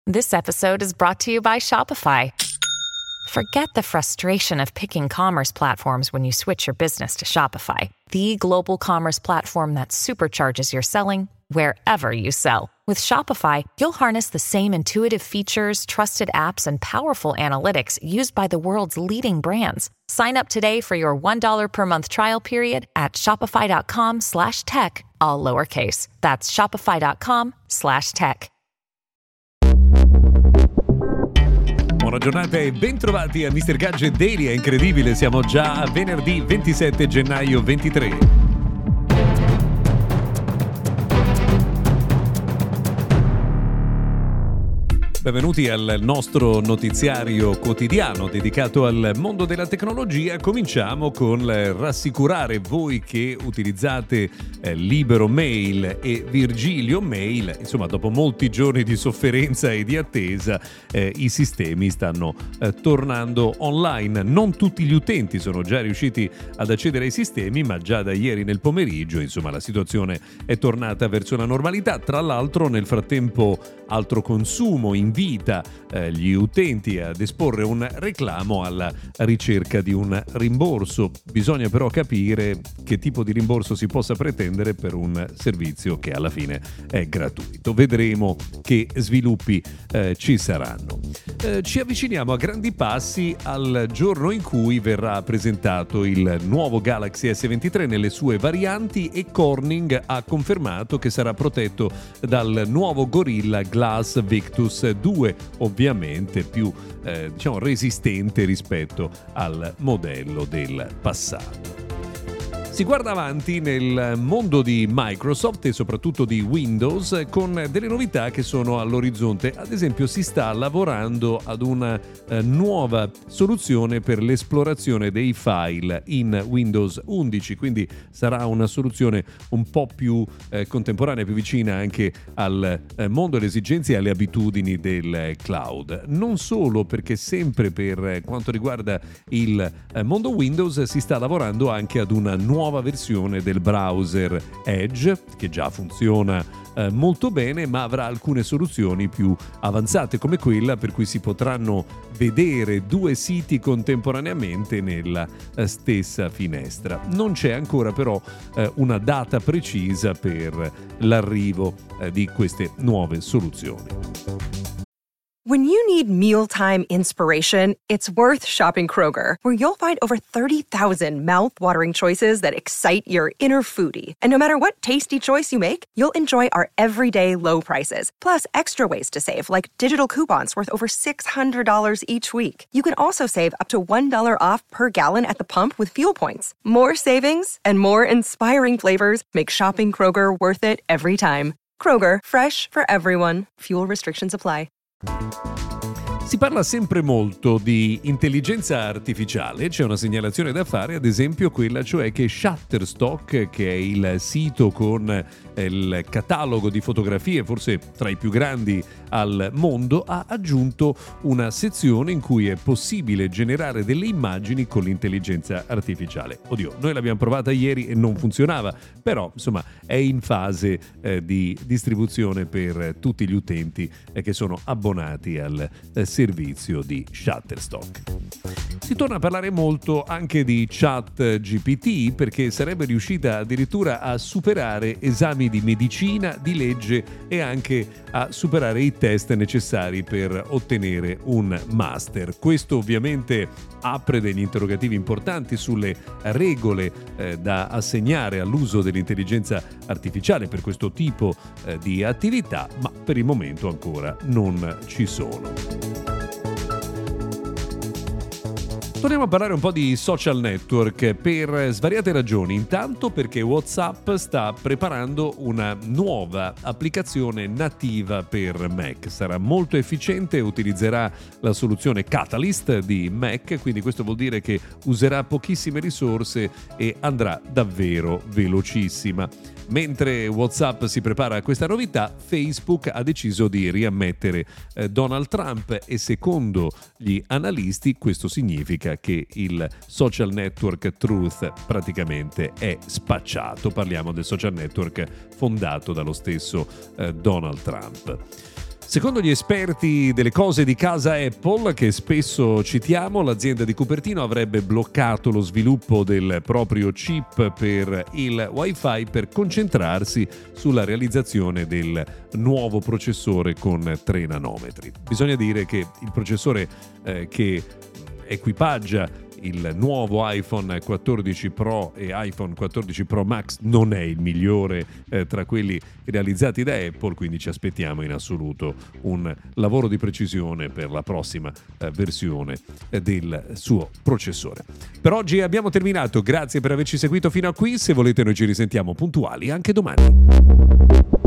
This episode is brought to you by Shopify. Forget the frustration of picking commerce platforms when you switch your business to Shopify, the global commerce platform that supercharges your selling wherever you sell. With Shopify, you'll harness the same intuitive features, trusted apps, and powerful analytics used by the world's leading brands. Sign up today for your $1 per month trial period at shopify.com/tech, all lowercase. That's shopify.com/tech. Buona giornata e bentrovati a Mr. Gadget Daily. È incredibile, siamo già a venerdì 27 gennaio 23. Benvenuti al nostro notiziario quotidiano dedicato al mondo della tecnologia. Cominciamo con rassicurare voi che utilizzate Libero Mail e Virgilio Mail. Insomma, dopo molti giorni di sofferenza e di attesa, i sistemi stanno tornando online. Non tutti gli utenti sono già riusciti ad accedere ai sistemi, ma già da ieri nel pomeriggio, insomma, la situazione è tornata verso la normalità. Tra l'altro, nel frattempo, altro consumo invita gli utenti ad esporre un reclamo alla ricerca di un rimborso. Bisogna però capire che tipo di rimborso si possa pretendere per un servizio che alla fine è gratuito. Vedremo che sviluppi ci saranno. Ci avviciniamo a grandi passi al giorno in cui verrà presentato il nuovo Galaxy S23 nelle sue varianti e Corning ha confermato che sarà protetto dal nuovo Gorilla Glass Victus 2, ovviamente più resistente rispetto al modello del passato. Si guarda avanti nel mondo di Microsoft e soprattutto di Windows con delle novità che sono all'orizzonte. Ad esempio, si sta lavorando ad una nuova soluzione per l'esplorazione dei file in Windows 11, quindi sarà una soluzione un po' più contemporanea, più vicina anche al mondo, alle esigenze e alle abitudini del cloud. Non solo, perché sempre per quanto riguarda il mondo Windows si sta lavorando anche ad una nuova versione del browser Edge, che già funziona molto bene, ma avrà alcune soluzioni più avanzate, come quella per cui si potranno vedere due siti contemporaneamente nella stessa finestra. Non c'è ancora però una data precisa per l'arrivo di queste nuove soluzioni. When you need mealtime inspiration, it's worth shopping Kroger, where you'll find over 30,000 mouth-watering choices that excite your inner foodie. And no matter what tasty choice you make, you'll enjoy our everyday low prices, plus extra ways to save, like digital coupons worth over $600 each week. You can also save up to $1 off per gallon at the pump with fuel points. More savings and more inspiring flavors make shopping Kroger worth it every time. Kroger, fresh for everyone. Fuel restrictions apply. Si parla sempre molto di intelligenza artificiale. C'è una segnalazione da fare, ad esempio quella cioè che Shutterstock, che è il sito con il catalogo di fotografie forse tra i più grandi al mondo, ha aggiunto una sezione in cui è possibile generare delle immagini con l'intelligenza artificiale. Oddio, noi l'abbiamo provata ieri e non funzionava, però insomma è in fase di distribuzione per tutti gli utenti che sono abbonati al servizio di Shutterstock. Si torna a parlare molto anche di ChatGPT, perché sarebbe riuscita addirittura a superare esami di medicina, di legge e anche a superare i test necessari per ottenere un master. Questo ovviamente apre degli interrogativi importanti sulle regole da assegnare all'uso dell'intelligenza artificiale per questo tipo di attività, ma per il momento ancora non ci sono. Torniamo a parlare un po' di social network per svariate ragioni. Intanto perché WhatsApp sta preparando una nuova applicazione nativa per Mac. Sarà molto efficiente, utilizzerà la soluzione Catalyst di Mac, quindi questo vuol dire che userà pochissime risorse e andrà davvero velocissima. Mentre WhatsApp si prepara a questa novità, Facebook ha deciso di riammettere Donald Trump e secondo gli analisti questo significa che il social network Truth praticamente è spacciato. Parliamo del social network fondato dallo stesso Donald Trump. Secondo gli esperti delle cose di casa Apple, che spesso citiamo, l'azienda di Cupertino avrebbe bloccato lo sviluppo del proprio chip per il Wi-Fi per concentrarsi sulla realizzazione del nuovo processore con 3 nanometri. Bisogna dire che il processore che equipaggia il nuovo iPhone 14 Pro e iPhone 14 Pro Max non è il migliore tra quelli realizzati da Apple, quindi ci aspettiamo in assoluto un lavoro di precisione per la prossima versione del suo processore. Per oggi abbiamo terminato, grazie per averci seguito fino a qui, se volete noi ci risentiamo puntuali anche domani.